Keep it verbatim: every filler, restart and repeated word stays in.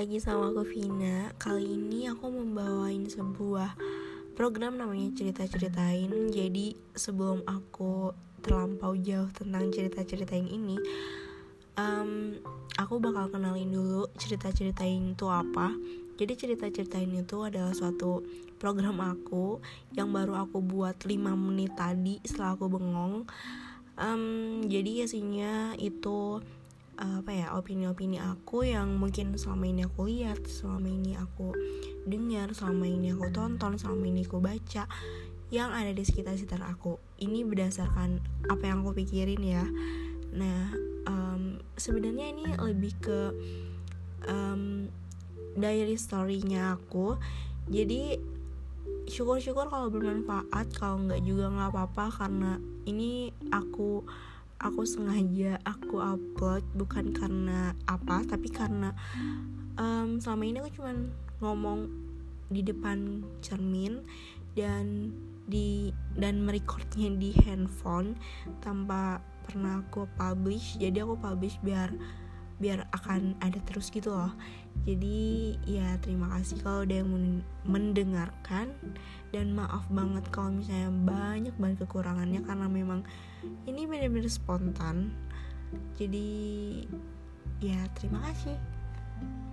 lagi sama aku Vina. Kali ini aku membawain sebuah program namanya Cerita-Ceritain. Jadi sebelum aku terlampau jauh tentang cerita-ceritain ini, um, aku bakal kenalin dulu Cerita-Ceritain itu apa. Jadi Cerita-Ceritain itu adalah suatu program aku yang baru aku buat lima menit tadi setelah aku bengong. um, Jadi isinya itu apa ya, opini-opini aku yang mungkin selama ini aku lihat, selama ini aku dengar, selama ini aku tonton, selama ini aku baca, yang ada di sekitar-sekitar aku. Ini berdasarkan apa yang aku pikirin ya. Nah, um, sebenarnya ini lebih ke um, diary story-nya aku. Jadi syukur-syukur kalau bermanfaat, kalau nggak juga nggak apa-apa, karena ini aku aku sengaja aku upload bukan karena apa, tapi karena um, selama ini aku cuman ngomong di depan cermin dan di dan merecordnya di handphone tanpa pernah aku publish. Jadi aku publish biar biar akan ada terus gitu loh. Jadi ya terima kasih kalau udah yang mendengarkan, dan maaf banget kalau misalnya banyak banget kekurangannya karena memang ini benar-benar spontan. Jadi ya terima kasih.